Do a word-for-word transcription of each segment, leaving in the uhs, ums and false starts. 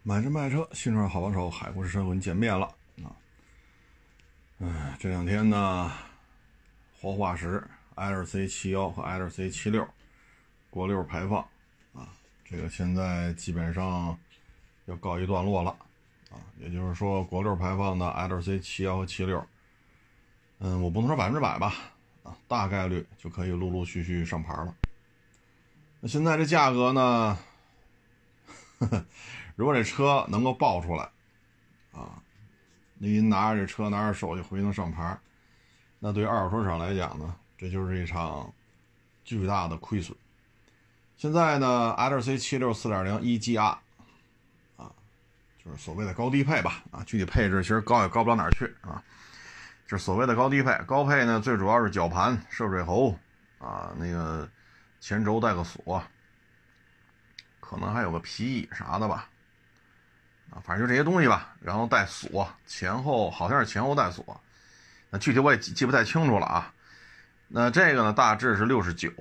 买车卖车，新车好帮手，海阔试车跟您见面了啊！哎，这两天呢，活化石 L C 七十一 和 L C 七十六国六排放啊，这个现在基本上要告一段落了啊，也就是说国六排放的 L C 七十一 和七十六，嗯，我不能说百分之百吧，啊，大概率就可以陆陆续续上牌了。那现在这价格呢？呵呵，如果这车能够爆出来啊，您拿着这车拿着手续回去能上牌，那对于二手车厂来讲呢，这就是一场巨大的亏损。现在呢 L C 七十六 四点零 E G R 啊，就是所谓的高低配吧啊，具体配置其实高也高不到哪儿去啊，就是所谓的高低配。高配呢最主要是绞盘、涉水喉啊，那个前轴带个锁，可能还有个皮椅啥的吧，啊，反正就这些东西吧。然后带锁，前后好像是前后带锁，那具体我也记不太清楚了啊。那这个呢，大致是六十九，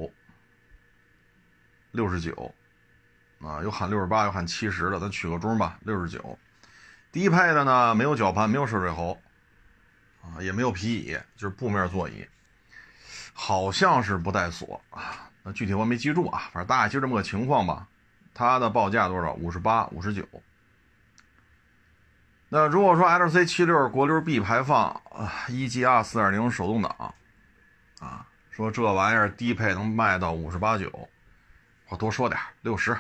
六十九，啊，有喊六十八，有喊七十的，咱取个中吧，六十九。低配的呢，没有绞盘，没有涉水喉，啊，也没有皮椅，就是布面座椅，好像是不带锁啊。那具体我没记住啊，反正大概就这么个情况吧。它的报价多少？五十八、五十九。那如果说 L C 七十六 国六 B 排放啊 E G R 四点零 手动挡啊，说这玩意儿低配能卖到五十八九，我多说点六十。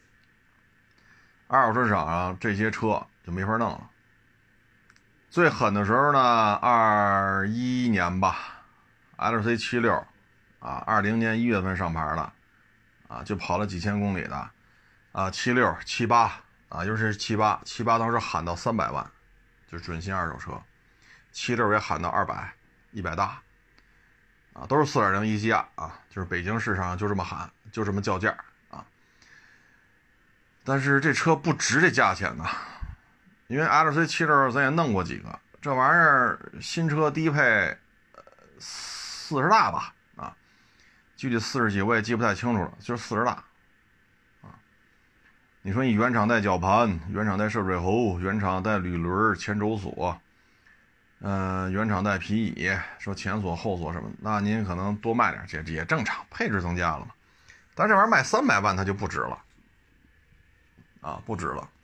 二手市场上这些车就没法弄了。最狠的时候呢，二一年吧 ，L C 七十六 啊，二零年一月份上牌的啊，就跑了几千公里的。啊，七六、七八啊，尤其是七八，七八当时喊到三百万，就是准新二手车。七六也喊到二百、一百大，啊，都是四点零 E G R 啊，就是北京市场就这么喊，就这么叫价啊。但是这车不值这价钱呢，因为 L C 七六咱也弄过几个，这玩意儿新车低配四十大吧啊，具体四十几我也记不太清楚了，就是四十大。你说你原厂带绞盘，原厂带涉水喉，原厂带铝轮前轴锁，嗯、呃，原厂带皮椅，说前锁后锁什么，那您可能多卖点，这也正常，配置增加了嘛。但这玩意儿卖三百万它就不值了，啊，不值了。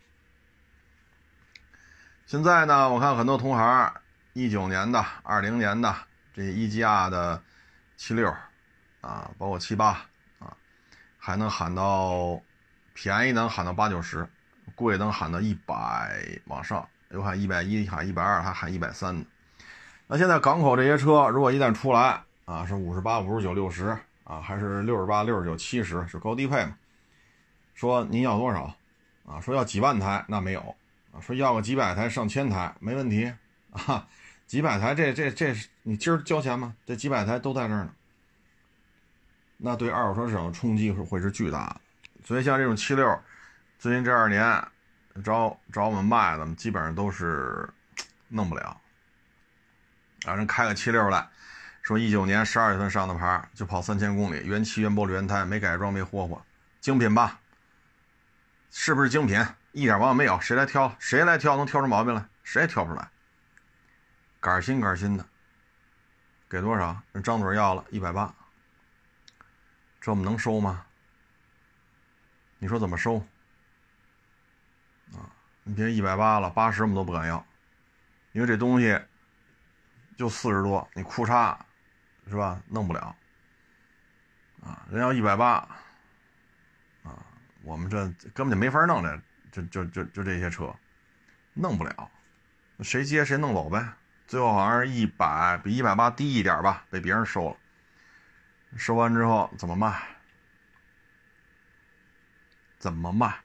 现在呢，我看很多同行，一九年的、二零年的这 E G R 的七六啊，包括七八啊，还能喊到。便宜能喊到八九十，贵能喊到一百往上，有喊一百一，喊一百二，还喊一百三的。那现在港口这些车，如果一旦出来啊，是五十八、五十九、六十啊，还是六十八、六十九、七十，是高低配嘛？说您要多少啊？说要几万台，那没有啊。说要个几百台、上千台，没问题啊。几百台这这这，你今儿交钱吗？这几百台都在这儿呢。那对二手车市场的冲击会是巨大的。所以像这种七六，最近这二年找找我们卖的，基本上都是弄不了。啊，人开个七六来，说一九年十二月份上的牌，就跑三千公里，原漆、原玻璃、原胎，没改装，没霍霍，精品吧？是不是精品？一点毛病没有，谁来挑？谁来挑能挑出毛病来？谁也挑不出来。杆新杆新的，给多少？人张嘴要了一百八，这我们能收吗？你说怎么收啊？你别一百八了，八十我们都不敢要，因为这东西就四十多，你裤衩是吧？弄不了啊，人要一百八啊，我们这根本就没法弄，这就就就就这些车弄不了，谁接谁弄走呗。最后好像是一百比一百八低一点吧，被别人收了。收完之后怎么卖？怎么卖？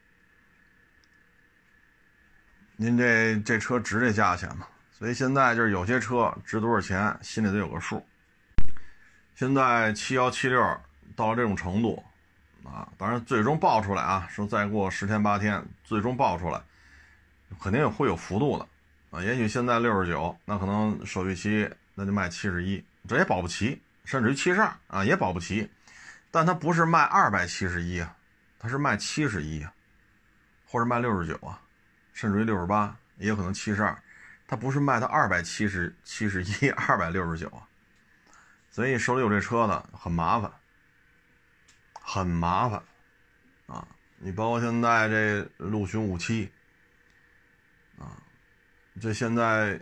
您这这车值这价钱吗？所以现在就是有些车值多少钱，心里得有个数。现在七一七六到了这种程度啊，当然最终爆出来啊，说再过十天八天，最终爆出来，肯定会有幅度的啊。也许现在六十九，那可能手续期那就卖七十一，这也保不齐，甚至于七十二啊，也保不齐。但它不是卖二百七十一啊。它是卖七十一啊，或者卖六十九啊， 甚至于六十八，也有可能七十二，它不是卖到二百七十、七十一、二百六十九啊。所以手里有这车的很麻烦，很麻烦啊！你包括现在这陆巡五七啊，这现在，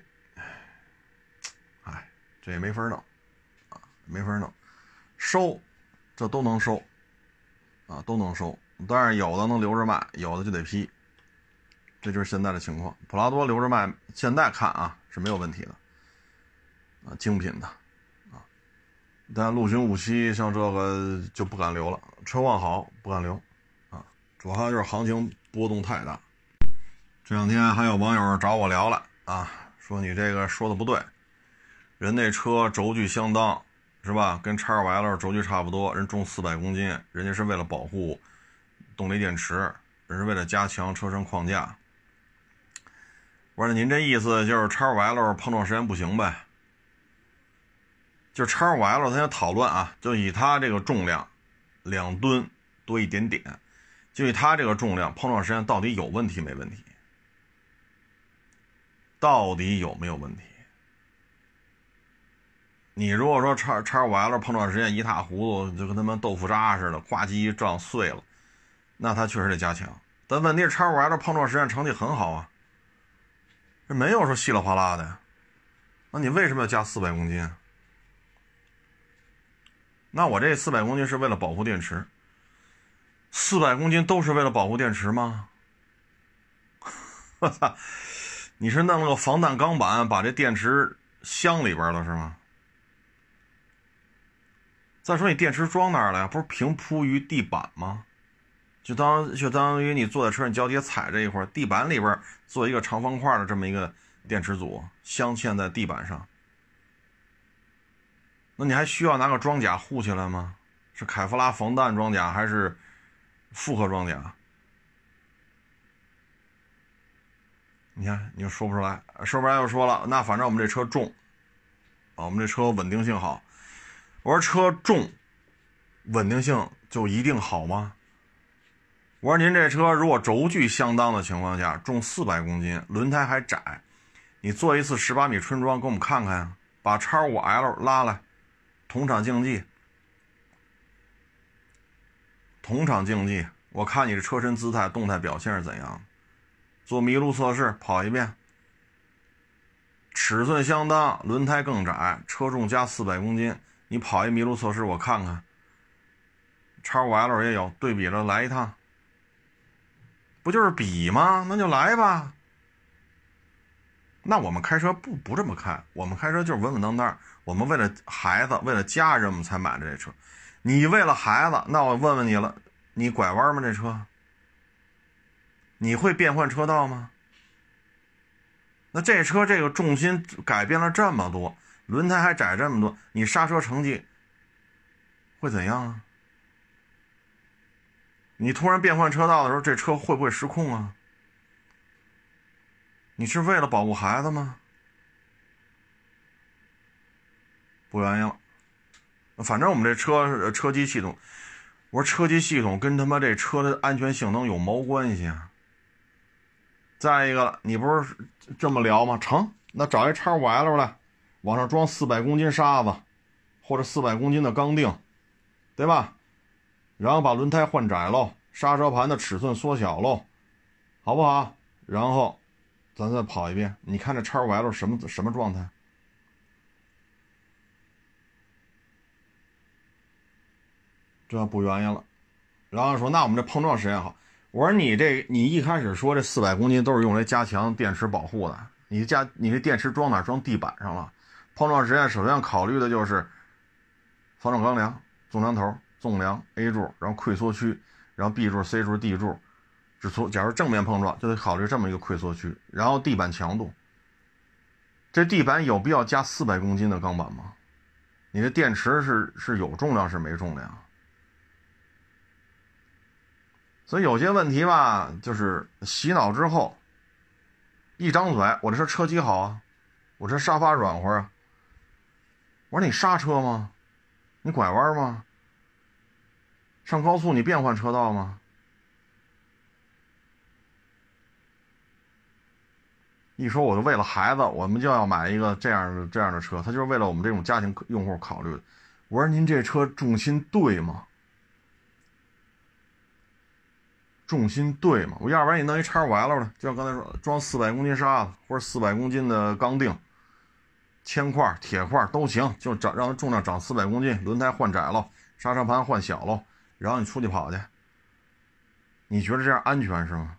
哎，这也没法弄啊，没法弄，收这都能收啊，都能收，但是有的能留着卖，有的就得批，这就是现在的情况。普拉多留着卖，现在看啊是没有问题的啊，精品的。但陆巡五七像这个就不敢留了，车况好不敢留啊，主要就是行情波动太大。这两天还有网友找我聊了啊，说你这个说的不对，人那车轴距相当是吧，跟 X Y L 轴距差不多，人重四百公斤，人家是为了保护动力电池，人是为了加强车身框架。我说您这意思就是 X Y L 碰撞实验不行呗？就 X Y L 它先讨论啊，就以它这个重量两吨多一点点，就以它这个重量碰撞实验到底有问题没问题？到底有没有问题？你如果说 X X Y L 碰撞实验一塌糊涂，就跟他们豆腐渣似的，呱唧一撞碎了，那它确实得加强。但问题是 X Y L 碰撞实验成绩很好啊，这没有说稀里哗啦的呀，那你为什么要加四百公斤？那我这四百公斤是为了保护电池，四百公斤都是为了保护电池吗？我操，你是弄了个防弹钢板把这电池镶里边了是吗？再说你电池装哪儿了呀？不是平铺于地板吗？就当就相当于你坐在车上脚底踩这一块，地板里边做一个长方块的这么一个电池组镶嵌在地板上。那你还需要拿个装甲护起来吗？是凯夫拉防弹装甲还是复合装甲？你看你又说不出来，说不出来又说了，那反正我们这车重啊，我们这车稳定性好。我说车重稳定性就一定好吗？我说您这车如果轴距相当的情况下，重四百公斤，轮胎还窄，你做一次十八米春装给我们看看呀，把 X 五 L 拉来同场竞技，同场竞技，我看你的车身姿态动态表现是怎样，做麋鹿测试跑一遍，尺寸相当，轮胎更窄，车重加四百公斤，你跑一麋鹿测试我看看。 X 五 L 也有，对比着来一趟，不就是比吗？那就来吧。那我们开车不不这么开，我们开车就是稳稳当当，我们为了孩子为了家人我们才买的这车。你为了孩子，那我问问你了，你拐弯吗？这车你会变换车道吗？那这车这个重心改变了这么多，轮胎还窄这么多，你刹车成绩会怎样啊？你突然变换车道的时候，这车会不会失控啊？你是为了保护孩子吗？不原因了。反正我们这车车机系统，我说车机系统跟他妈这车的安全性能有毛关系啊？再一个，你不是这么聊吗？成，那找一 X 五 L 来，往上装四百公斤沙子，或者四百公斤的钢锭，对吧？然后把轮胎换窄喽，刹车盘的尺寸缩小喽，好不好？然后咱再跑一遍，你看这 X 五 L 什么什么状态？这不原因了。然后说那我们这碰撞实验好，我说你这你一开始说这四百公斤都是用来加强电池保护的，你加你这电池装哪？装地板上了。碰撞实验首先考虑的就是防撞钢梁、纵梁头、纵梁 A 柱，然后溃缩区，然后 B 柱、C 柱、D 柱。只从假如正面碰撞就得考虑这么一个溃缩区，然后地板强度，这地板有必要加四百公斤的钢板吗？你的电池是是有重量是没重量？所以有些问题吧，就是洗脑之后一张嘴，我这车车机好啊，我这沙发软和啊。我说你刹车吗？你拐弯吗？上高速你变换车道吗？ 一说我就为了孩子，我们就要买一个这样的这样的车，他就是为了我们这种家庭用户考虑的。我说您这车重心对吗？重心对吗？我要不然你弄一叉 Y L 的，就像刚才说，装四百公斤沙子或者四百公斤的钢锭、铅块、铁块都行，就长让它重量长四百公斤，轮胎换窄了，刹车盘换小了，然后你出去跑去，你觉得这样安全是吗？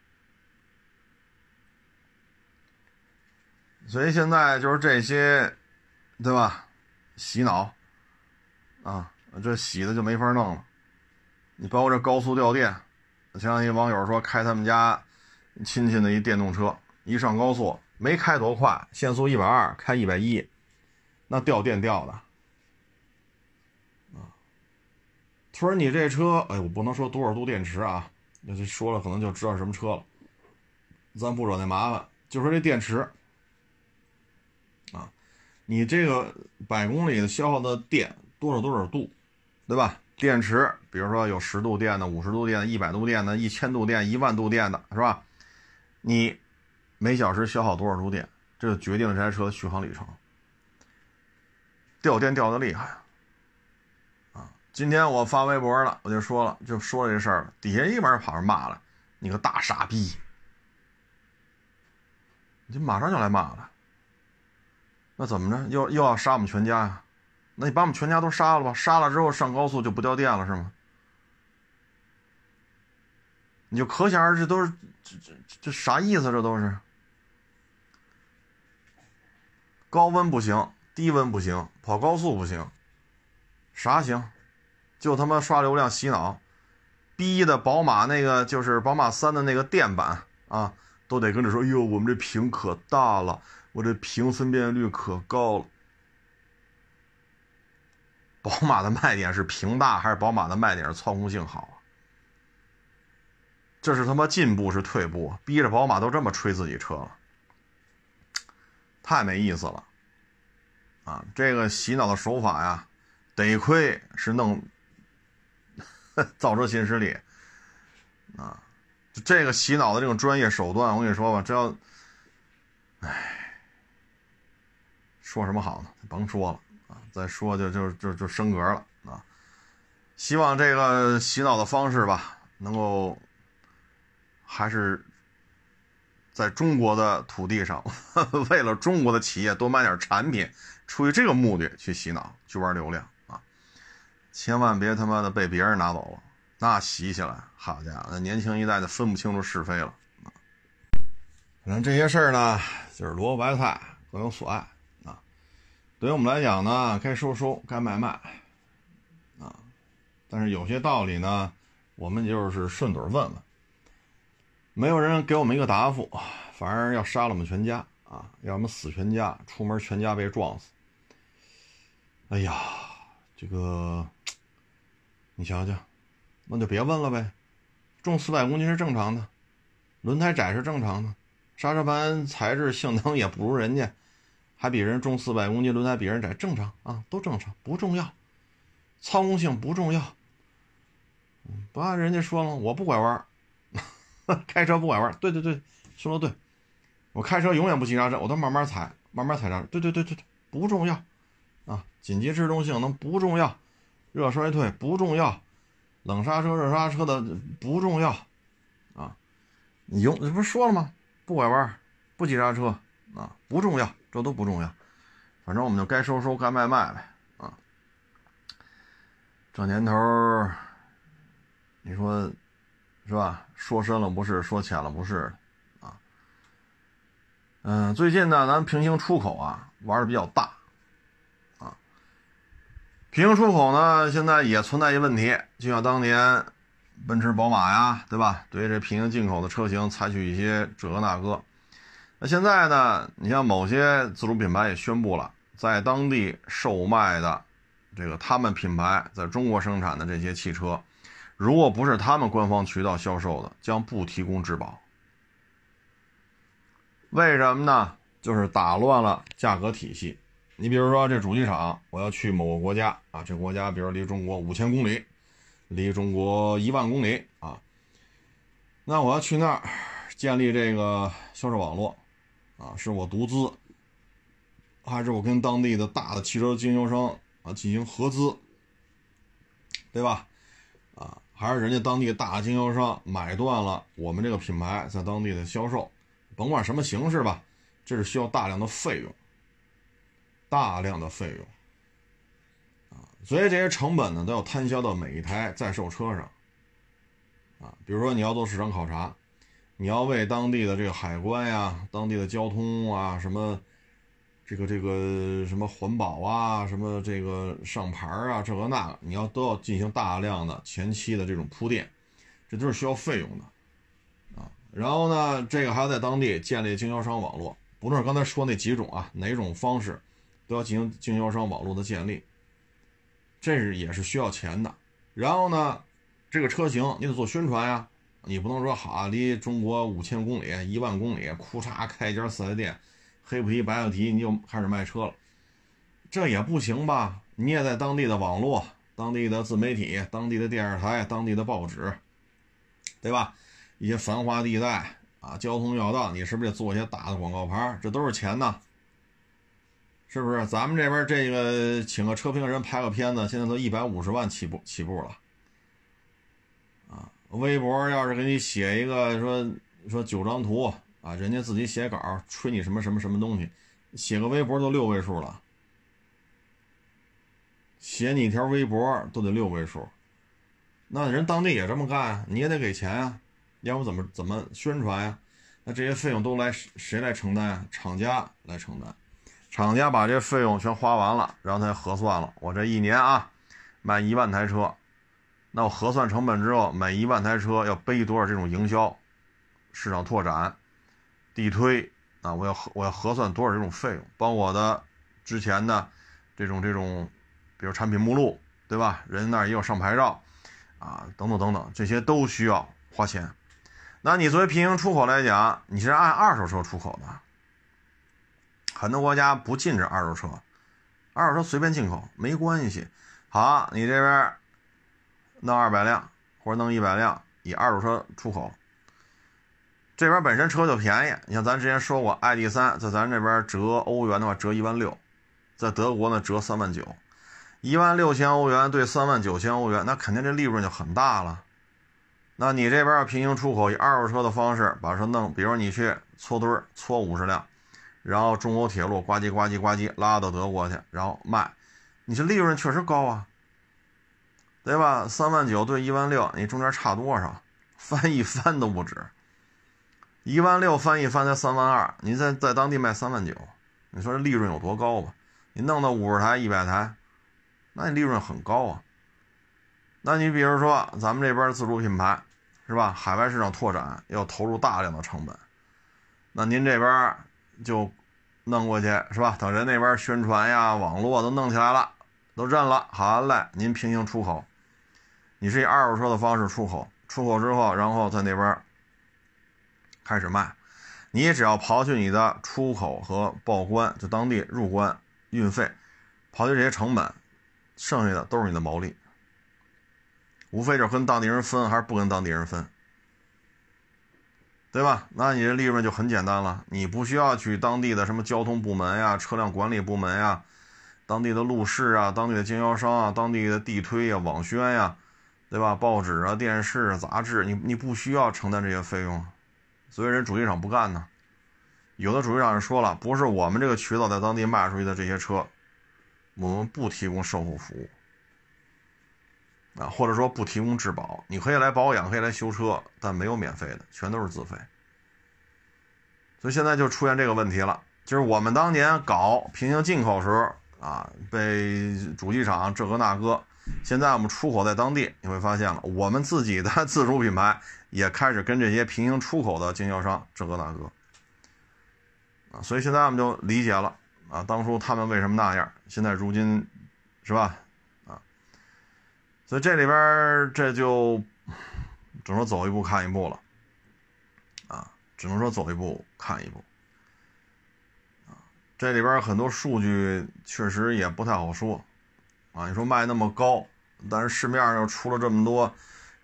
所以现在就是这些，对吧？洗脑啊，这洗的就没法弄了。你包括这高速掉电，像一网友说开他们家亲戚的一电动车，一上高速没开多快，限速一百二，开一百一，那掉电掉的。啊，他说你这车，哎，我不能说多少度电池啊，那这说了可能就知道什么车了。咱不惹那麻烦，就说这电池。啊，你这个百公里的消耗的电多少多少度，对吧？电池，比如说有十度电的、五十度电的、一百度电的、一千度电、一万度电的，是吧？你每小时消耗多少度电，这就决定了这台车的续航里程。掉电掉的厉害啊！今天我发微博了，我就说了，就说了这事儿了，底下一帮人跑上骂了，你个大傻逼，你就马上就来骂了。那怎么着？又又要杀我们全家呀？那你把我们全家都杀了吧？杀了之后上高速就不掉电了是吗？你就可想而知，都是这这这啥意思？这都是高温不行，低温不行，跑高速不行，啥行？就他妈刷流量洗脑，逼的宝马那个就是宝马三的那个电版啊，都得跟着说，哎呦，我们这屏可大了。我这屏分辨率可高了。宝马的卖点是屏大，还是宝马的卖点是操控性好啊？这是他妈进步是退步？逼着宝马都这么吹自己车了，太没意思了啊！这个洗脑的手法呀，得亏是弄造车新势力啊！这个洗脑的这种专业手段，我跟你说吧，这要，唉。说什么好呢？甭说了啊！再说就就就就升格了啊！希望这个洗脑的方式吧，能够还是在中国的土地上，为了中国的企业多买点产品，出于这个目的去洗脑，去玩流量啊！千万别他妈的被别人拿走了，那洗起来，好家伙，那年轻一代的分不清楚是非了啊！反正这些事儿呢，就是萝卜白菜各有所爱。对于我们来讲呢，该收收，该卖卖，啊，但是有些道理呢，我们就是顺嘴问问，没有人给我们一个答复，反而要杀了我们全家啊，要我们死全家，出门全家被撞死。哎呀，这个，你瞧瞧，那就别问了呗，重四百公斤是正常的，轮胎窄是正常的，刹车盘材质性能也不如人家。还比人重四百公斤，轮胎比人窄，正常啊，都正常，不重要，操控性不重要。不按人家说了，我不拐弯，开车不拐弯，对对对，说的对，我开车永远不急刹车，我都慢慢踩，慢慢踩刹车，对对对对对，不重要啊，紧急制动性能不重要，热衰退不重要，冷刹车热刹车的不重要啊，你用不是说了吗？不拐弯，不急刹车啊，不重要。这都不重要，反正我们就该收收该卖卖呗啊！这年头你说是吧？说深了不是，说浅了不是啊。嗯，最近呢，咱平行出口啊玩的比较大啊。平行出口呢，现在也存在一问题，就像当年奔驰、宝马呀，对吧？对这平行进口的车型采取一些这个那个。那现在呢，你像某些自主品牌也宣布了，在当地售卖的这个他们品牌在中国生产的这些汽车，如果不是他们官方渠道销售的，将不提供质保。为什么呢？就是打乱了价格体系。你比如说这主机厂，我要去某个国家啊，这个国家比如离中国五千公里，离中国一万公里啊，那我要去那儿建立这个销售网络。 啊，是我独资，还是我跟当地的大的汽车经销商啊进行合资，对吧？啊，还是人家当地大经销商买断了我们这个品牌在当地的销售，甭管什么形式吧，这是需要大量的费用，大量的费用啊，所以这些成本呢都要摊销到每一台在售车上啊。比如说你要做市场考察，你要为当地的这个海关呀、当地的交通啊、什么这个这个什么环保啊、什么这个上牌啊，这个那个，你要都要进行大量的前期的这种铺垫，这都是需要费用的啊。然后呢，这个还要在当地建立经销商网络，不论是刚才说那几种啊，哪种方式都要进行经销商网络的建立，这是也是需要钱的。然后呢，这个车型你得做宣传呀。你不能说好离中国五千公里、一万公里，库嚓开一家四 S 店，黑不提白不提，你就开始卖车了，这也不行吧？你也在当地的网络、当地的自媒体、当地的电视台、当地的报纸，对吧？一些繁华地带啊，交通要道，你是不是得做一些大的广告牌？这都是钱呢，是不是？咱们这边这个请个车评人拍个片子，现在都一百五十万起步起步了。微博要是给你写一个说说九张图啊，人家自己写稿吹你什么什么什么东西，写个微博都六位数了，写你一条微博都得六位数，那人当地也这么干，你也得给钱啊，要不怎么怎么宣传呀？那这些费用都来谁来承担啊？厂家来承担，厂家把这费用全花完了，然后他核算了，我这一年啊卖一万台车。那我核算成本之后，每一万台车要背多少这种营销、市场拓展、地推啊？我要我要核算多少这种费用，包括我的之前的这种这种，比如产品目录，对吧？人那儿也有上牌照啊，等等等等，这些都需要花钱。那你作为平行出口来讲，你是按二手车出口的，很多国家不禁止二手车，二手车随便进口没关系。好，你这边弄二百辆或者弄一百辆以二手车出口，这边本身车就便宜，你像咱之前说过 I D 三 在咱这边折欧元的话折一万六，在德国呢折三万九，一万六千欧元对三万九千欧元，那肯定这利润就很大了。那你这边要平行出口，以二手车的方式把车弄，比如你去搓堆搓五十辆，然后中欧铁路呱唧呱唧呱唧拉到德国去，然后卖，你这利润确实高啊，对吧？三万九对一万六，你中间差多少？翻一番都不止。一万六翻一番才三万二，你在在当地卖三万九，你说这利润有多高吧？你弄到五十台、一百台，那你利润很高啊。那你比如说咱们这边自主品牌，是吧？海外市场拓展要投入大量的成本，那您这边就弄过去，是吧？等人那边宣传呀、网络都弄起来了，都认了，好嘞，您平行出口。你是以二手车的方式出口，出口之后，然后在那边开始卖，你只要刨去你的出口和报关，就当地入关运费，刨去这些成本，剩下的都是你的毛利，无非就是跟当地人分还是不跟当地人分，对吧？那你这利润就很简单了，你不需要去当地的什么交通部门呀、车辆管理部门呀、当地的路试啊、当地的经销商啊、当地的地推呀、网宣呀，对吧？报纸啊、电视啊、杂志，你你不需要承担这些费用，所以人主机厂不干呢。有的主机厂人说了，不是我们这个渠道在当地卖出去的这些车，我们不提供售后服务啊，或者说不提供质保，你可以来保养，可以来修车，但没有免费的，全都是自费。所以现在就出现这个问题了，就是我们当年搞平行进口时候啊，被主机厂这个那个，现在我们出口在当地，你会发现了，我们自己的自主品牌也开始跟这些平行出口的经销商这个那个啊，所以现在我们就理解了啊，当初他们为什么那样，现在如今是吧？啊，所以这里边这就只能说走一步看一步了啊，只能说走一步看一步啊，这里边很多数据确实也不太好说啊，你说卖那么高，但是市面上又出了这么多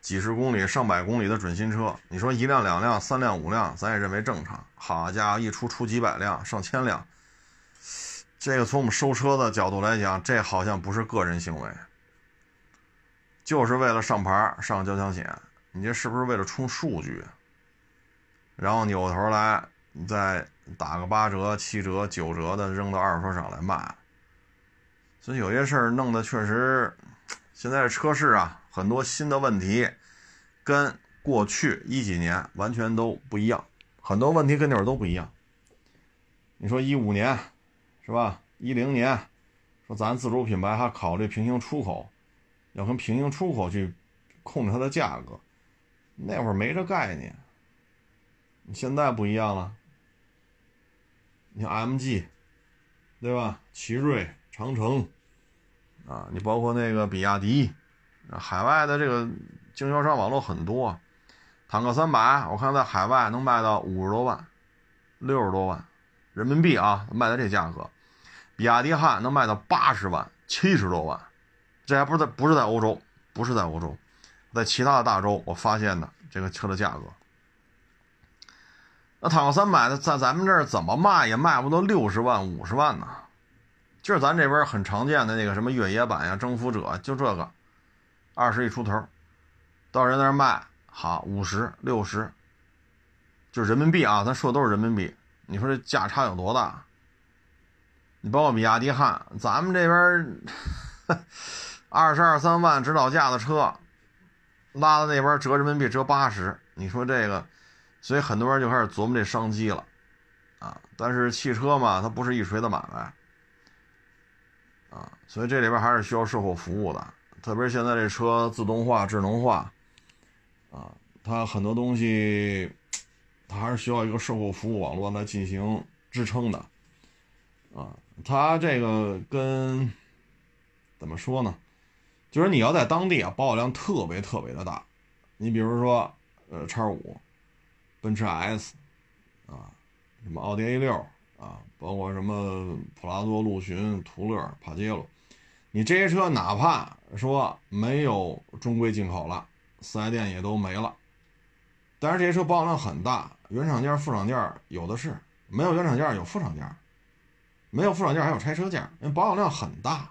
几十公里、上百公里的准新车，你说一辆、两辆、三辆、五辆，咱也认为正常。好家伙，一出出几百辆、上千辆，这个从我们收车的角度来讲，这好像不是个人行为，就是为了上牌、上交强险。你这是不是为了冲数据？然后扭头来，你再打个八折、七折、九折的扔到二手车上来卖。所以有些事儿弄得确实，现在车市啊，很多新的问题跟过去一几年完全都不一样，很多问题跟那会儿都不一样。你说一五年是吧？一零年说咱自主品牌还考虑平行出口，要跟平行出口去控制它的价格，那会儿没这概念。现在不一样了，你看 M G 对吧？奇瑞、长城啊，你包括那个比亚迪，海外的这个经销商网络很多。坦克三百我看在海外能卖到五十多万、六十多万人民币啊，卖到这价格。比亚迪汉能卖到八十万、七十多万，这还不是在不是在欧洲，不是在欧洲，在其他的大洲我发现的这个车的价格。那坦克三百的在咱们这儿怎么卖也卖不到六十万、五十万呢？就是咱这边很常见的那个什么越野版呀、征服者，就这个二十一出头，到人那儿卖好五十、六十，就是人民币啊，咱说的都是人民币。你说这价差有多大？你包括比亚迪汉，咱们这边二十二三万指导价的车，拉到那边折人民币折八十，你说这个，所以很多人就开始琢磨这商机了啊。但是汽车嘛，它不是一锤子买卖。啊，所以这里边还是需要售后服务的，特别是现在这车自动化、智能化，啊，它很多东西，它还是需要一个售后服务网络来进行支撑的，啊，它这个跟怎么说呢？就是你要在当地啊，保有量特别特别的大，你比如说，呃，叉五、奔驰 S， 啊，什么奥迪 A 六。啊，包括什么普拉多、陆巡、途乐、帕杰罗，你这些车哪怕说没有中规进口了，四 S 店也都没了。但是这些车保有量很大，原厂件、副厂件有的是，没有原厂件有副厂件，没有副厂件还有拆车件，因为保有量很大，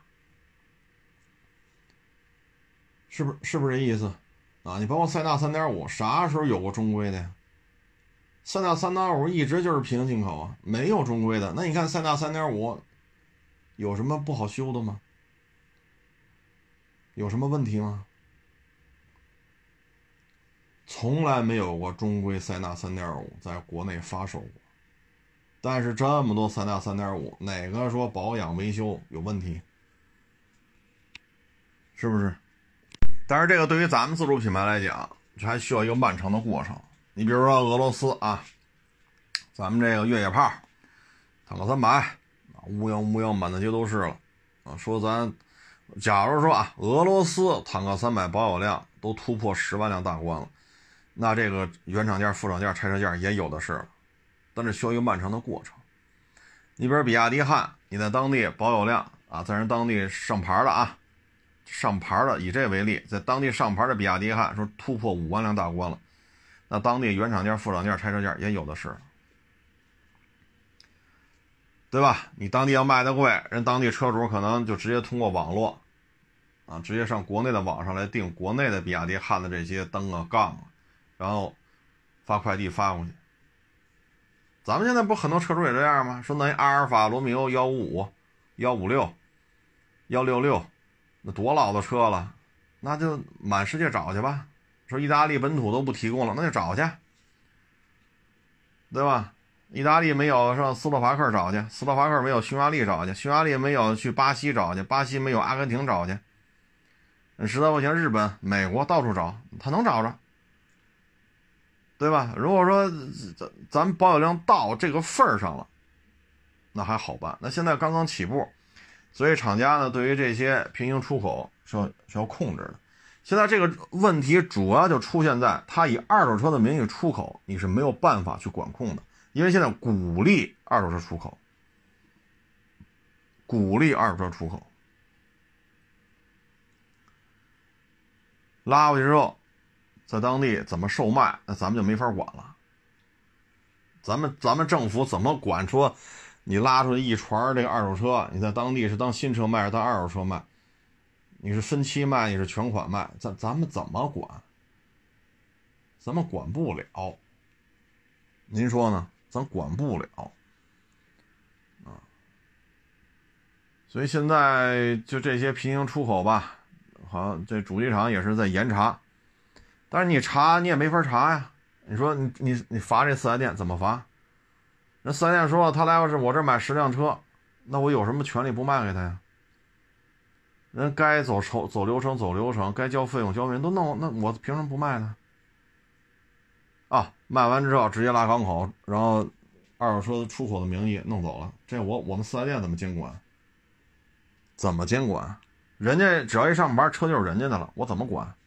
是不是？是不是这意思？啊，你包括塞纳 三点五， 啥时候有过中规的呀？塞纳 三点五 一直就是平行进口啊，没有中规的。那你看塞纳 三点五 有什么不好修的吗？有什么问题吗？从来没有过中规塞纳 三点五 在国内发售过。但是这么多塞纳 三点五， 哪个说保养维修有问题？是不是？但是这个对于咱们自主品牌来讲，这还需要一个漫长的过程。你比如说俄罗斯啊，咱们这个越野炮坦克三百乌泱乌泱满大街都是了啊。说咱假如说啊，俄罗斯坦克三百保有量都突破十万辆大关了，那这个原厂件、副厂件、拆车件也有的是了，但是需要一个漫长的过程。你比如比亚迪汉，你在当地保有量啊，在人当地上牌的啊，上牌的以这为例，在当地上牌的比亚迪汉说突破五万辆大关了，那当地原厂件、副厂件、拆车件也有的是，对吧？你当地要卖的贵，人当地车主可能就直接通过网络啊，直接上国内的网上来订国内的比亚迪汉的这些灯啊、杠啊，然后发快递发过去。咱们现在不很多车主也这样吗？说那阿尔法罗密欧一五五、一五六、一六六，那多老的车了，那就满世界找去吧。说意大利本土都不提供了，那就找去，对吧？意大利没有上斯洛伐克找去，斯洛伐克没有匈牙利找去，匈牙利没有去巴西找去，巴西没有阿根廷找去，实在不行日本、美国到处找，他能找着，对吧？如果说咱咱保有量到这个份儿上了，那还好办。那现在刚刚起步，所以厂家呢对于这些平行出口是要是要控制的。现在这个问题主要就出现在它以二手车的名义出口，你是没有办法去管控的，因为现在鼓励二手车出口，鼓励二手车出口，拉过去之后， 在当地怎么售卖，那咱们就没法管了。咱们咱们政府怎么管说你拉出一船这个二手车，你在当地是当新车卖还是当二手车卖？你是分期卖，你是全款卖，咱咱们怎么管？咱们管不了。您说呢？咱管不了啊。所以现在就这些平行出口吧，好像这主机厂也是在严查，但是你查你也没法查呀。你说你你你罚这四 S 店怎么罚？那四 S 店说他来要是我这买十辆车，那我有什么权利不卖给他呀？人该走抽走流程走流程，该交费用交费用都弄，那我凭什么不卖呢？啊，卖完之后直接拉港口，然后二手车出口的名义弄走了，这我我们四 S 店怎么监管？怎么监管？人家只要一上班，车就是人家的了，我怎么管？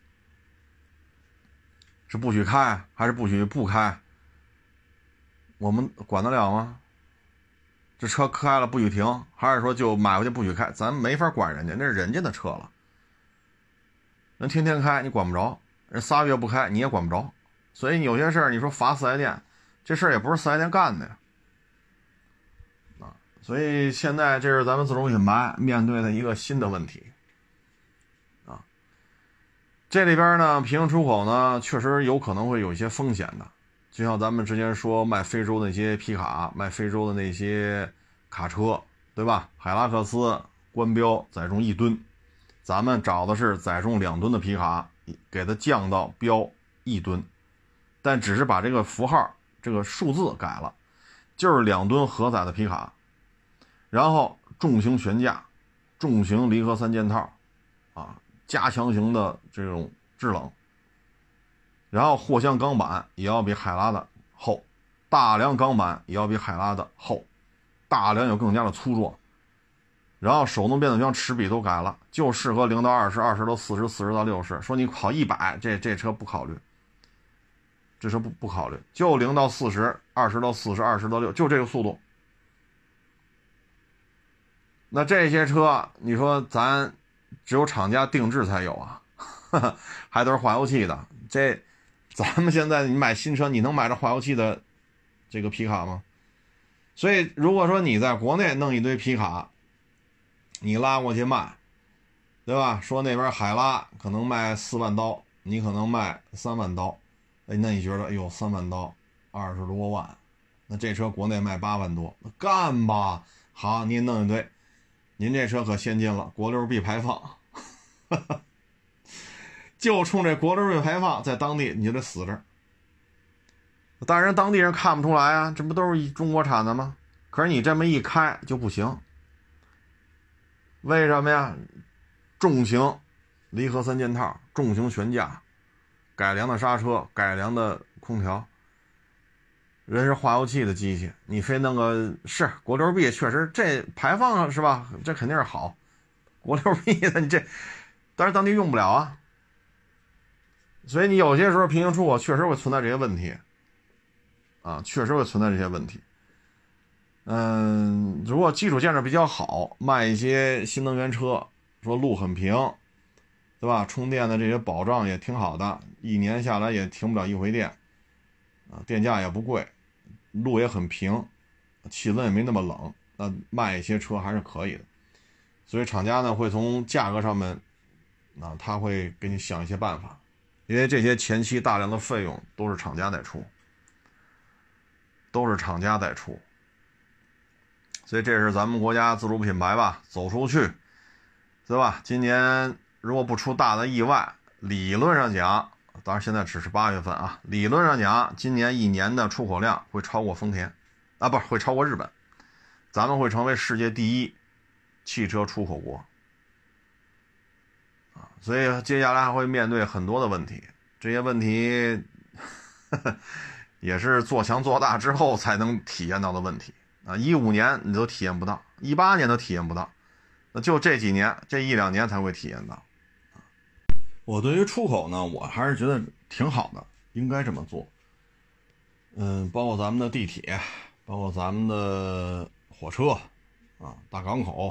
是不许开还是不许不开？我们管得了吗？这车开了不许停，还是说就买回去不许开？咱没法管人家，那是人家的车了。人天天开你管不着，人仨月不开你也管不着。所以有些事儿你说罚四 S 店，这事儿也不是四 S 店干的呀。啊，所以现在这是咱们自主品牌面对的一个新的问题。啊，这里边呢，平行出口呢，确实有可能会有一些风险的。就像咱们之前说卖非洲的那些皮卡，卖非洲的那些卡车，对吧？海拉克斯官标载重一吨，咱们找的是载重两吨的皮卡，给它降到标一吨，但只是把这个符号这个数字改了，就是两吨荷载的皮卡，然后重型悬架，重型离合三件套啊，加强型的这种制冷，然后货箱钢板也要比海拉的厚，大梁钢板也要比海拉的厚，大梁有更加的粗壮，然后手动变速箱齿比都改了，就适合零到二十，二十到四十，四十到六十。说你跑一百，这这车不考虑，这车不不考虑，就零到四十，二十到四十，二十到六，就这个速度。那这些车，你说咱只有厂家定制才有啊，呵呵，还都是化油器的。这咱们现在你买新车，你能买着化油器的这个皮卡吗？所以如果说你在国内弄一堆皮卡，你拉过去卖，对吧？说那边海拉可能卖四万刀，你可能卖三万刀，哎，那你觉得，哎呦，三万刀，二十多万，那这车国内卖八万多，那干吧。好，您弄一堆，您这车可先进了，国六 B 排放，就冲这国六 B 排放，在当地你就得死这儿。当然当地人看不出来啊，这不都是中国产的吗？可是你这么一开就不行。为什么呀？重型离合三件套，重型悬架，改良的刹车，改良的空调，人是化油器的机器，你非弄个是国六 B 确实这排放是吧？这肯定是好，国六 B 的你这，但是当地用不了啊。所以你有些时候平行出口确实会存在这些问题，啊，确实会存在这些问题。嗯，如果基础建设比较好，卖一些新能源车，说路很平，对吧？充电的这些保障也挺好的，一年下来也停不了一回电，啊，电价也不贵，路也很平，气温也没那么冷，那卖一些车还是可以的。所以厂家呢会从价格上面，啊，他会给你想一些办法，因为这些前期大量的费用都是厂家在出，都是厂家在出。所以这是咱们国家自主品牌吧，走出去，对吧？今年如果不出大的意外，理论上讲，当然现在只是八月份啊，理论上讲，今年一年的出口量会超过丰田，啊，不是会超过日本，咱们会成为世界第一汽车出口国啊。所以接下来还会面对很多的问题，这些问题呵呵也是做强做大之后才能体验到的问题。啊，一五年你都体验不到，一八年都体验不到，那就这几年，这一两年才会体验到。我对于出口呢，我还是觉得挺好的，应该这么做。嗯，包括咱们的地铁，包括咱们的火车，啊，大港口，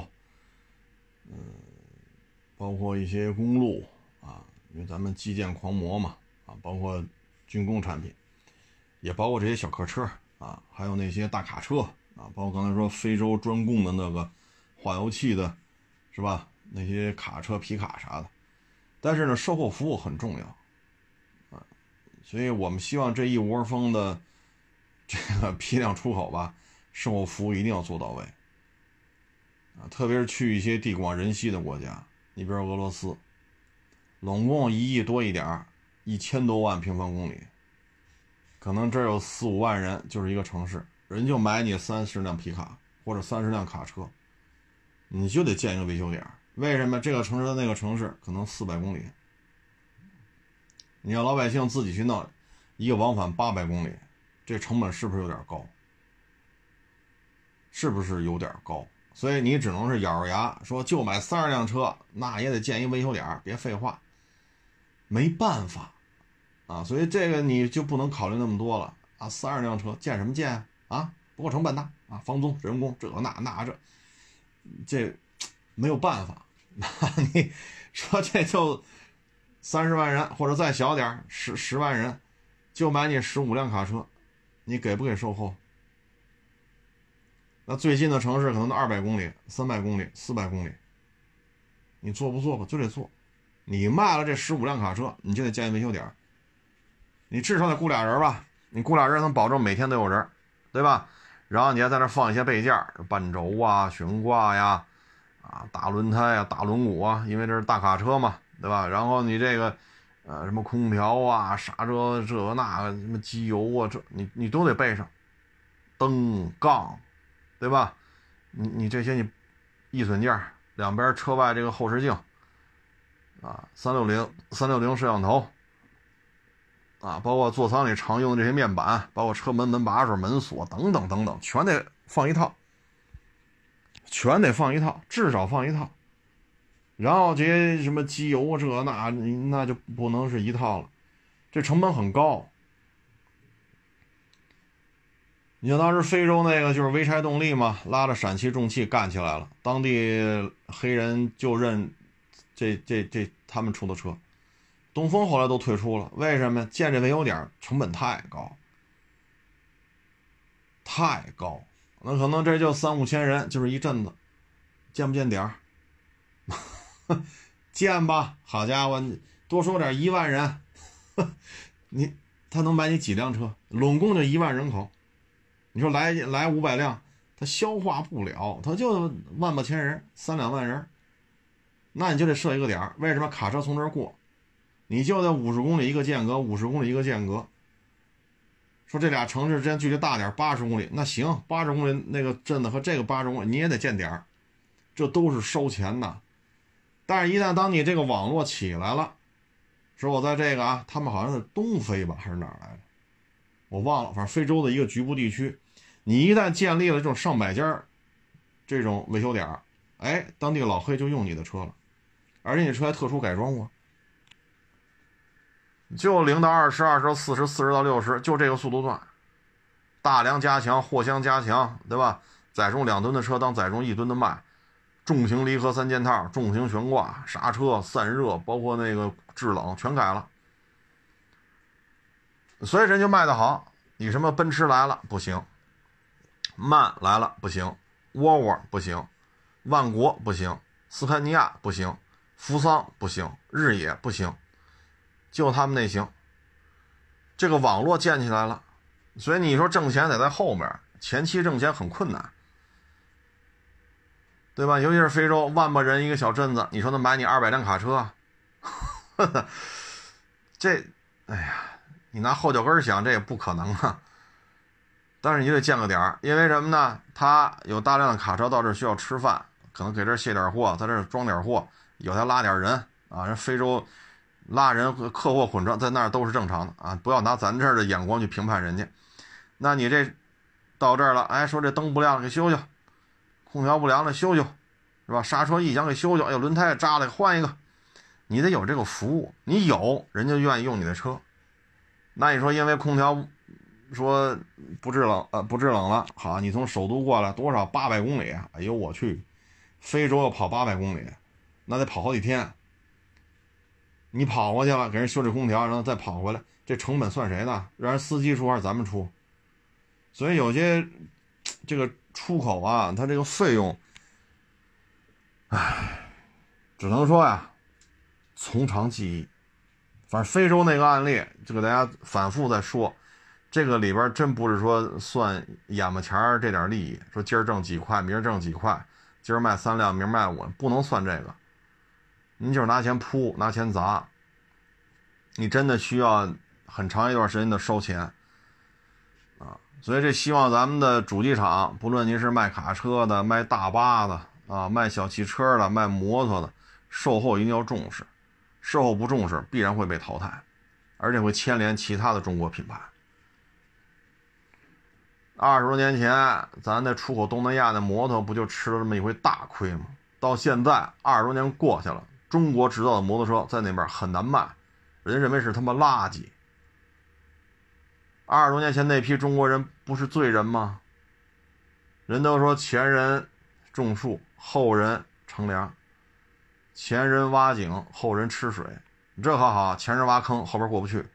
嗯，包括一些公路，啊，因为咱们基建狂魔嘛，啊， 啊，包括军工产品，也包括这些小客车啊，还有那些大卡车啊，包括刚才说非洲专供的那个化油器的，是吧？那些卡车、皮卡啥的。但是呢，售后服务很重要啊，所以我们希望这一窝蜂的这个批量出口吧，售后服务一定要做到位啊，特别是去一些地广人稀的国家，你比如俄罗斯，拢共一亿多一点，一千多万平方公里，可能这有四五万人，就是一个城市，人就买你三十辆皮卡或者三十辆卡车，你就得建一个维修点。为什么这个城市的那个城市可能四百公里？你让老百姓自己去弄，一个往返八百公里，这成本是不是有点高？是不是有点高？所以你只能是咬着牙说就买三十辆车，那也得建一维修点，别废话。没办法啊，所以这个你就不能考虑那么多了啊！三十辆车建什么建啊？不够成本的啊，房租、人工这那那这，这没有办法。你说这就三十万人或者再小点十十万人就买你十五辆卡车，你给不给售后？那最近的城市可能都二百公里、三百公里、四百公里，你做不做吧？就得做。你卖了这十五辆卡车，你就得建一维修点，你至少得雇俩人吧？你雇俩人能保证每天都有人，对吧？然后你还在那放一些备件，半轴啊、悬挂呀。啊，大轮胎啊，大轮毂啊，因为这是大卡车嘛，对吧？然后你这个，呃，什么空调啊、刹车这那个，什么机油啊，这你你都得备上，灯杠，对吧？你你这些你易损件，两边车外这个后视镜，啊，三六零三六零摄像头，啊，包括座舱里常用的这些面板，包括车门、门把手、门锁等等等等，全得放一套。全得放一套，至少放一套，然后这些什么机油这那那就不能是一套了，这成本很高。你像当时非洲那个就是潍柴动力嘛，拉着陕汽重汽干起来了，当地黑人就认这这这他们出的车，东风后来都退出了，为什么？建这维修点成本太高，太高。那可能这就三五千人，就是一阵子，见不见点儿？见吧，好家伙，多说点一万人，你他能买你几辆车？拢共就一万人口，你说来来五百辆，他消化不了，他就万把千人，三两万人，那你就得设一个点儿。为什么卡车从这儿过？你就得五十公里一个间隔，五十公里一个间隔。说这俩城市之间距离大点，八十公里，那行，八十公里那个镇子和这个八十公里你也得建点，这都是烧钱的。但是，一旦当你这个网络起来了，说我在这个啊，他们好像是东非吧，还是哪儿来的，我忘了，反正非洲的一个局部地区，你一旦建立了这种上百家这种维修点，哎，当地老黑就用你的车了，而且你车还特殊改装过。就零到二十、二十到四十、四十到六十，就这个速度段，大梁加强，货箱加强，对吧？载重两吨的车当载重一吨的卖，重型离合三件套，重型悬挂，刹车、散热，包括那个制冷全改了，所以人就卖得好。你什么奔驰来了不行，曼来了不行，沃尔沃不行，万国不行，斯堪尼亚不行，扶桑不行，日野不行。就他们那行，这个网络建起来了，所以你说挣钱得在后面，前期挣钱很困难，对吧？尤其是非洲万把人一个小镇子，你说能买你二百辆卡车，这，哎呀，你拿后脚跟想，这也不可能啊。但是你得建个点儿，因为什么呢？他有大量的卡车到这需要吃饭，可能给这卸点货，在这装点货，有他拉点人啊，人非洲。拉人和客货混装在那儿都是正常的啊，不要拿咱这儿的眼光去评判人家。那你这到这儿了，哎，说这灯不亮了给修修，空调不良了修修，是吧？刹车异响给修修，哎呦轮胎扎了给换一个，你得有这个服务，你有人就愿意用你的车。那你说因为空调说不制冷呃不制冷了，好，你从首都过来多少八百公里，哎呦我去，非洲要跑八百公里，那得跑好几天。 你跑过去了，给人修这空调，然后再跑回来，这成本算谁的？让人司机出还是咱们出？所以有些这个出口啊，它这个费用，唉，只能说呀，从长计议。反正非洲那个案例，就给大家反复在说，这个里边真不是说算眼巴前这点利益，说今儿挣几块，明儿挣几块，今儿卖三辆，明儿卖五，不能算这个。您就是拿钱铺，拿钱砸，你真的需要很长一段时间的烧钱啊。所以这希望咱们的主机厂，不论您是卖卡车的、卖大巴的啊、卖小汽车的、卖摩托的，售后一定要重视。售后不重视，必然会被淘汰，而且会牵连其他的中国品牌。二十多年前，咱那出口东南亚的摩托不就吃了这么一回大亏吗？到现在二十多年过去了，中国制造的摩托车在那边很难卖，人认为是他妈垃圾。二十多年前那批中国人不是罪人吗？人都说前人种树，后人乘凉。前人挖井，后人吃水，这可好，前人挖坑，后边过不去。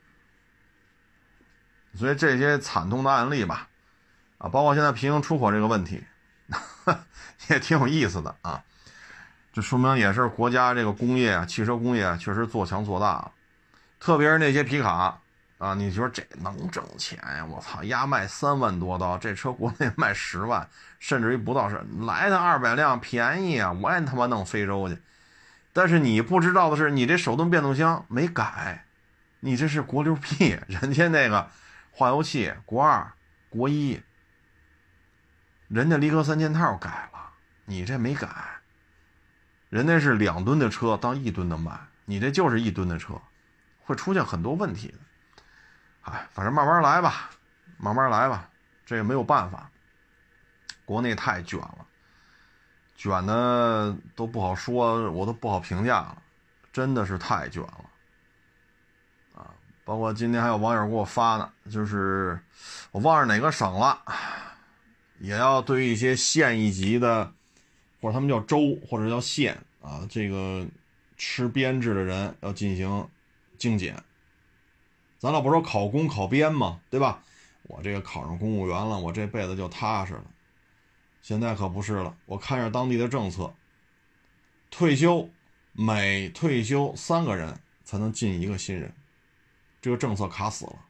所以这些惨痛的案例吧，啊，包括现在平行出口这个问题，也挺有意思的啊。这说明也是国家这个工业啊，汽车工业确实做强做大了。特别是那些皮卡啊，你说这能挣钱呀？我操，压卖三万多刀，这车国内卖十万，甚至于不到是来的二百辆便宜啊，我也他妈弄非洲去。但是你不知道的是，你这手动变速箱没改，你这是国六 P， 人家那个化油器国二、国一，人家离合三件套改了，你这没改，人家是两吨的车当一吨的卖，你这就是一吨的车，会出现很多问题的。哎，反正慢慢来吧，慢慢来吧，这个没有办法，国内太卷了。卷的都不好说，我都不好评价了，真的是太卷了啊！包括今天还有网友给我发呢，就是我忘了哪个省了，也要对一些县一级的，或者他们叫州或者叫县啊，这个吃编制的人要进行精简。咱老不说考公考编嘛，对吧？我这个考上公务员了，我这辈子就踏实了。现在可不是了，我看一下当地的政策，退休每退休三个人才能进一个新人，这个政策卡死了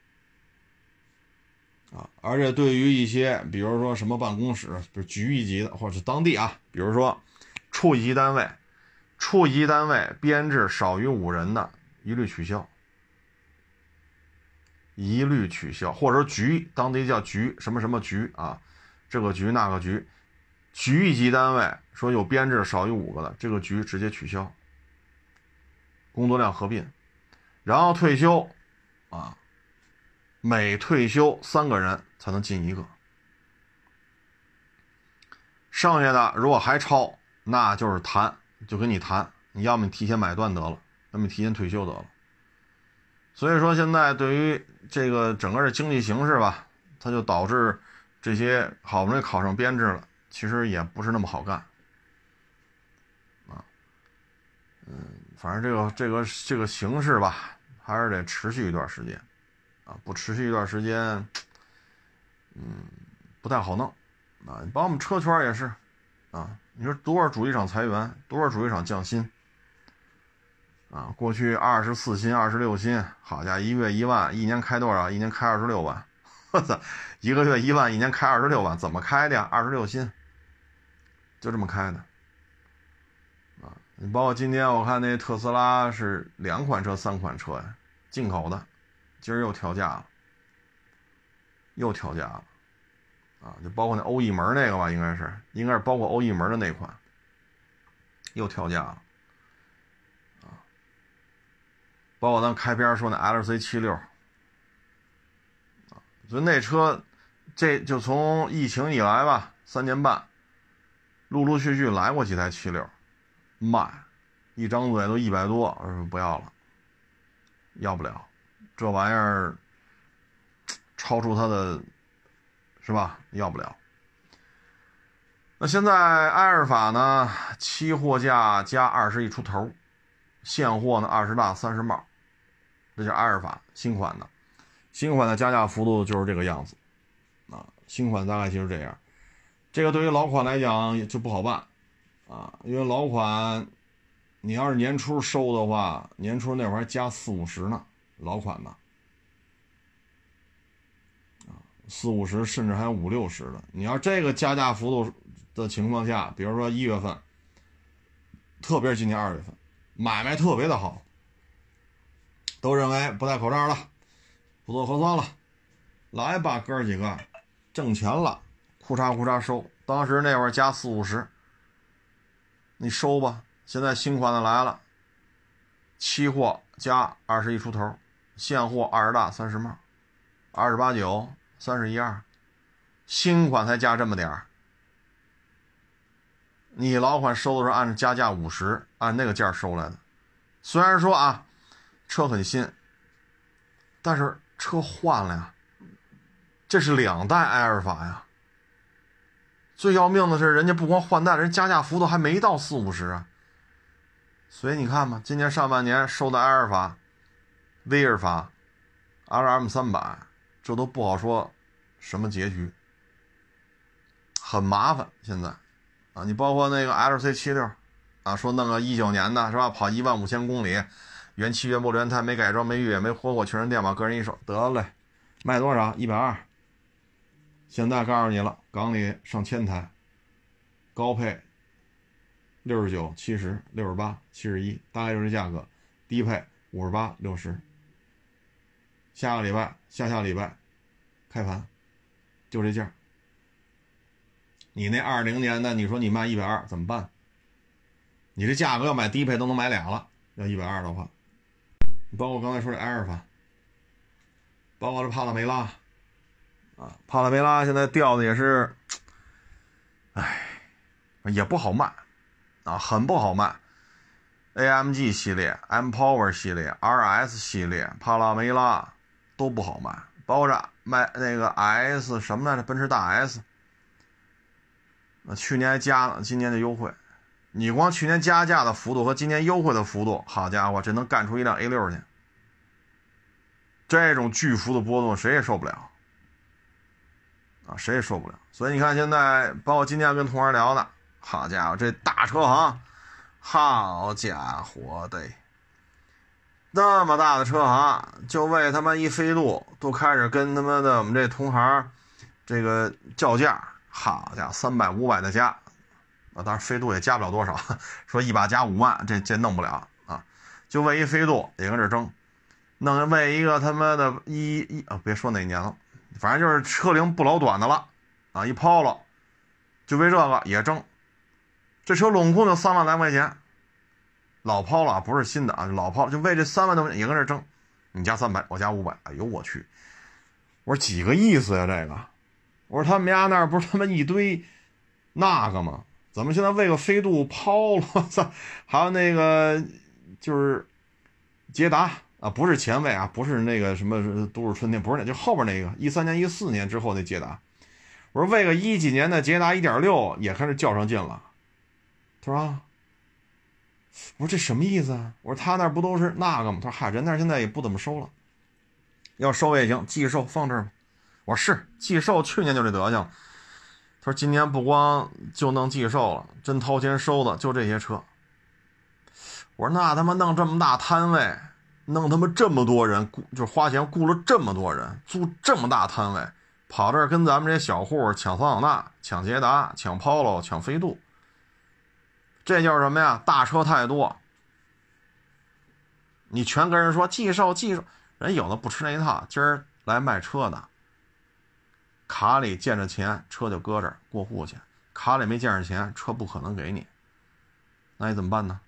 啊！而且对于一些比如说什么办公室，比如局一级的或者是当地啊，比如说处一级单位，处一级单位编制少于五人的一律取消，一律取消，或者说局，当地叫局什么什么局啊，这个局那个局。局一级单位说有编制少于五个的，这个局直接取消，工作量合并，然后退休啊，每退休三个人才能进一个，剩下的如果还超，那就是谈，就跟你谈，你要么你提前买断得了，要么你提前退休得了。所以说现在对于这个整个的经济形势吧，它就导致这些好不容易考上编制了，其实也不是那么好干，啊，嗯，反正这个这个这个形势吧，还是得持续一段时间，啊，不持续一段时间，嗯，不太好弄，啊，包括我们车圈也是，啊，你说多少主机厂裁员，多少主机厂降薪，啊，过去二十四薪、二十六薪，好家伙，一个月一万，一年开多少？一年开二十六万，我操，一个月一万，一年开二十六万，怎么开的呀？二十六薪。就这么开的啊！你包括今天我看那特斯拉是两款车三款车呀，进口的，今儿又调价了，又调价了啊！就包括那欧翼门那个吧，应该是应该是包括欧翼门的那款，又调价了啊！包括咱开篇说那 L C 七十六 啊，所以那车这就从疫情以来吧，三年半。陆陆续续来过几台七六，卖，一张嘴都一百多，不要了，要不了，这玩意儿超出它的，是吧？要不了。那现在埃尔法呢，期货价加二十一出头， 现货呢二十大三十帽，这叫埃尔法新款的，新款的加价幅度就是这个样子啊，新款大概就是这样。这个对于老款来讲就不好办啊，因为老款你要是年初收的话，年初那会儿还加四五十呢，老款的啊，四五十甚至还有五六十的。你要这个加价幅度的情况下，比如说一月份，特别是今年二月份，买卖特别的好，都认为不戴口罩了，不做核酸了，来吧哥几个，挣钱了，库嚓库嚓收。当时那会儿加四五十，你收吧。现在新款的来了，期货加二十一出头，现货二十大三十帽，二十八九三十一二，新款才加这么点儿。你老款收的时候按加价五十，按那个价收来的。虽然说啊，车很新，但是车换了呀，这是两代埃尔法呀。最要命的是，人家不光换代，人加价幅度还没到四五十啊。所以你看嘛，今年上半年收的埃尔法、威尔法、R M 三百，这都不好说什么结局，很麻烦。现在啊，你包括那个 L C 七六啊，说弄个一九年的是吧，跑一万五千公里，原漆原玻璃原胎，没改装没越野没活过，全是电马个人一手，得嘞，卖多少？一百二。现在告诉你了，港里上千台，高配六十九、七十、六十八、七十一，大概就是这价格。低配五十八、六十。下个礼拜、下下礼拜开盘，就这价。你那二零年的，你说你卖一百二怎么办？你这价格要买低配都能买俩了，要一百二的话。包括刚才说的埃尔法，包括这帕拉梅拉。啊，帕拉梅拉现在掉的也是，哎，也不好卖啊，很不好卖。A M G 系列、M Power 系列、R S 系列、帕拉梅拉都不好卖，包括着卖那个 S 什么来着，奔驰大 S， 那去年还加了，今年就优惠。你光去年加价的幅度和今年优惠的幅度，好家伙，这能干出一辆 A 六 去。这种巨幅的波动，谁也受不了。啊，谁也受不了。所以你看现在包括今天跟同行聊的，好家伙，这大车行，好家伙的，那么大的车行，就为他妈一飞度都开始跟他妈的我们这同行这个叫价，好家伙，三百五百的加啊，当然飞度也加不了多少，说一把加五万，这这弄不了啊，就为一飞度也跟这争，弄为一个他妈的一一啊，别说哪年了。反正就是车龄不老短的了啊，一抛了就为这个也挣。这车拢共就三万来块钱，老抛了，不是新的啊，老抛就为这三万多块钱也跟这挣。你加三百，我加五百，哎呦我去！我说几个意思呀这个？我说他们家那儿不是他妈一堆那个吗？怎么现在为个飞度抛了？我操！还有那个就是捷达。啊，不是前卫啊，不是那个什么都市春天，不是那，就后边那个一三年、一四年之后那捷达。我说为个一几年的捷达 一点六 也开始较上劲了。他说啊，我说这什么意思啊？我说他那不都是那个吗？他说嗨，人那现在也不怎么收了，要收也行，寄售放这儿吧。我说是寄售，去年就这德行。他说今年不光就弄寄售了，真掏钱收的就这些车。我说那他妈弄这么大摊位。弄他妈这么多人，就花钱雇了这么多人，租这么大摊位，跑这儿跟咱们这些小户抢桑塔纳、抢捷达、抢 Polo、抢飞度，这就是什么呀？大车太多，你全跟人说寄售寄售，人有的不吃那一套，今儿来卖车的，卡里见着钱，车就搁这儿过户去；卡里没见着钱，车不可能给你，那你怎么办呢？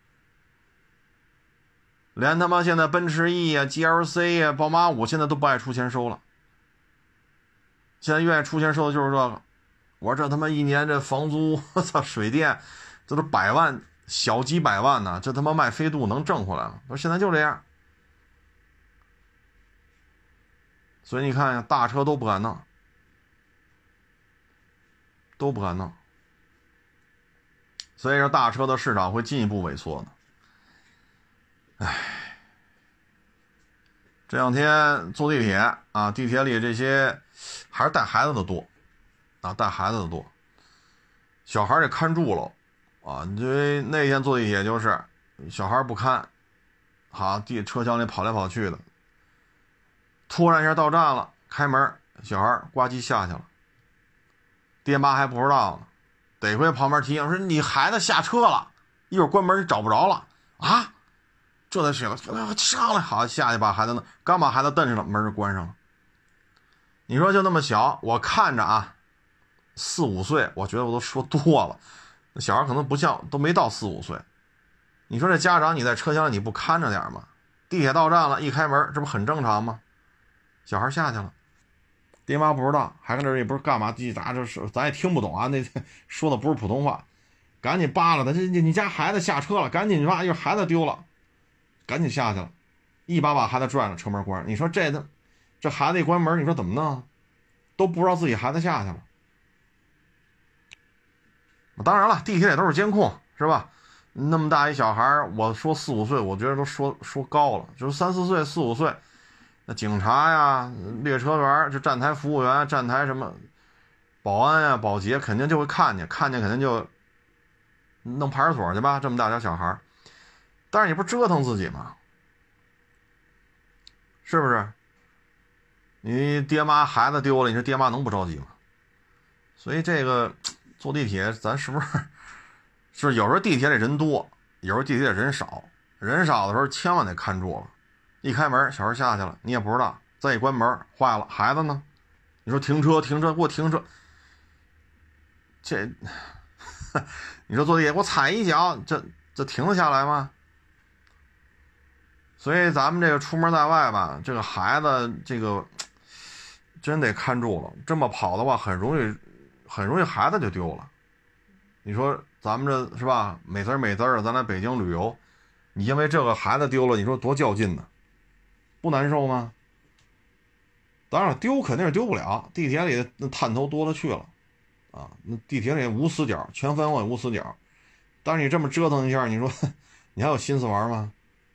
连他妈现在奔驰 E 啊、G L C 呀、宝马五现在都不爱出钱收了。现在愿意出钱收的就是这个。我说这他妈一年这房租，我操，水电，这都百万，小几百万呢，这他妈卖飞度能挣回来了。我说现在就这样。所以你看呀，大车都不敢弄，都不敢弄。所以说大车的市场会进一步萎缩的。 唉，这两天坐地铁啊，地铁里这些还是带孩子的多啊，带孩子的多，小孩得看住了啊。因为那天坐地铁就是小孩不看，好，地车厢里跑来跑去的，突然一下到站了，开门，小孩呱唧下去了，爹妈还不知道呢，得亏旁边提醒说你孩子下车了，一会儿关门你找不着了啊。这才睡了，上来好下去把孩子呢，刚把孩子蹬上了，门就关上了。你说就那么小，我看着啊，四五岁，我觉得我都说多了，小孩可能不像，都没到四五岁。你说这家长你在车厢里你不看着点吗？地铁到站了，一开门，这不很正常吗？小孩下去了，爹妈不知道，还跟这也不是干嘛，叽喳这是咱也听不懂啊，那说的不是普通话，赶紧扒拉他，这你家孩子下车了，赶紧吧，一会儿孩子丢了。赶紧下去了，一把把孩子拽了，车门关上。你说这的，这孩子一关门，你说怎么弄？都不知道自己孩子下去了。当然了，地铁里都是监控，是吧？那么大一小孩，我说四五岁，我觉得都说说高了，就是三四岁、四五岁，那警察呀、列车员、这站台服务员、站台什么保安呀、保洁，肯定就会看见，看见肯定就弄派出所去吧。这么大点小孩。但是你不折腾自己吗？是不是？你爹妈孩子丢了，你说爹妈能不着急吗？所以这个坐地铁，咱是不是是有时候地铁里人多，有时候地铁里人少，人少的时候千万得看住了。一开门，小孩下去了，你也不知道；再一关门，坏了，孩子呢？你说停车，停车，给我停车。这，你说坐地铁，我踩一脚，这这停得下来吗？所以咱们这个出门在外吧，这个孩子这个真得看住了。这么跑的话，很容易，很容易孩子就丢了。你说咱们这是吧？美滋美滋的，咱来北京旅游，你因为这个孩子丢了，你说多较劲呢？不难受吗？当然了，丢肯定是丢不了，地铁里那探头多了去了啊！那地铁里无死角，全方位无死角。但是你这么折腾一下，你说你还有心思玩吗？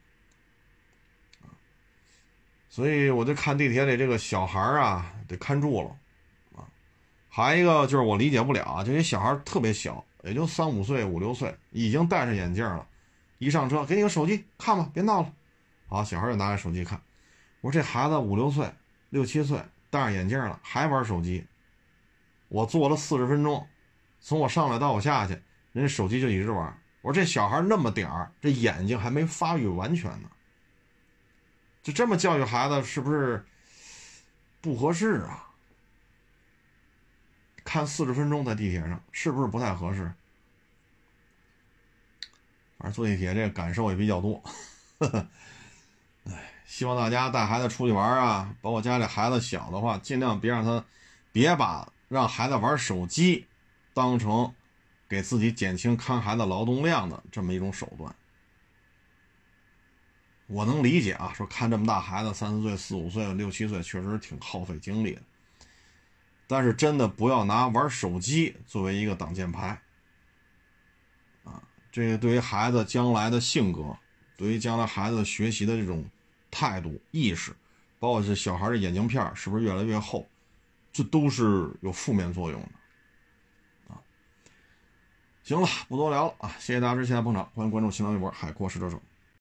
所以我就看地铁里这个小孩啊，得看住了啊。还一个就是我理解不了啊，这些小孩特别小，也就三五岁、五六岁，已经戴着眼镜了，一上车给你个手机看吧，别闹了。好，小孩就拿着手机看。我说这孩子五六岁、六七岁，戴着眼镜了，还玩手机。我坐了四十分钟，从我上来到我下去，人家手机就一直玩。我说这小孩那么点儿，这眼睛还没发育完全呢。就这么教育孩子是不是不合适啊？看四十分钟在地铁上是不是不太合适？反正坐地铁这个感受也比较多。哎，希望大家带孩子出去玩啊，包括家里孩子小的话，尽量别让他别把让孩子玩手机当成给自己减轻看孩子劳动量的这么一种手段。我能理解啊，说看这么大孩子，三四岁、四五岁、六七岁，确实挺耗费精力的。但是真的不要拿玩手机作为一个挡箭牌啊！这个对于孩子将来的性格，对于将来孩子学习的这种态度、意识，包括这小孩的眼镜片是不是越来越厚，这都是有负面作用的啊！行了，不多聊了啊！谢谢大家支持，谢谢捧场，欢迎关注新浪微博海阔试车手。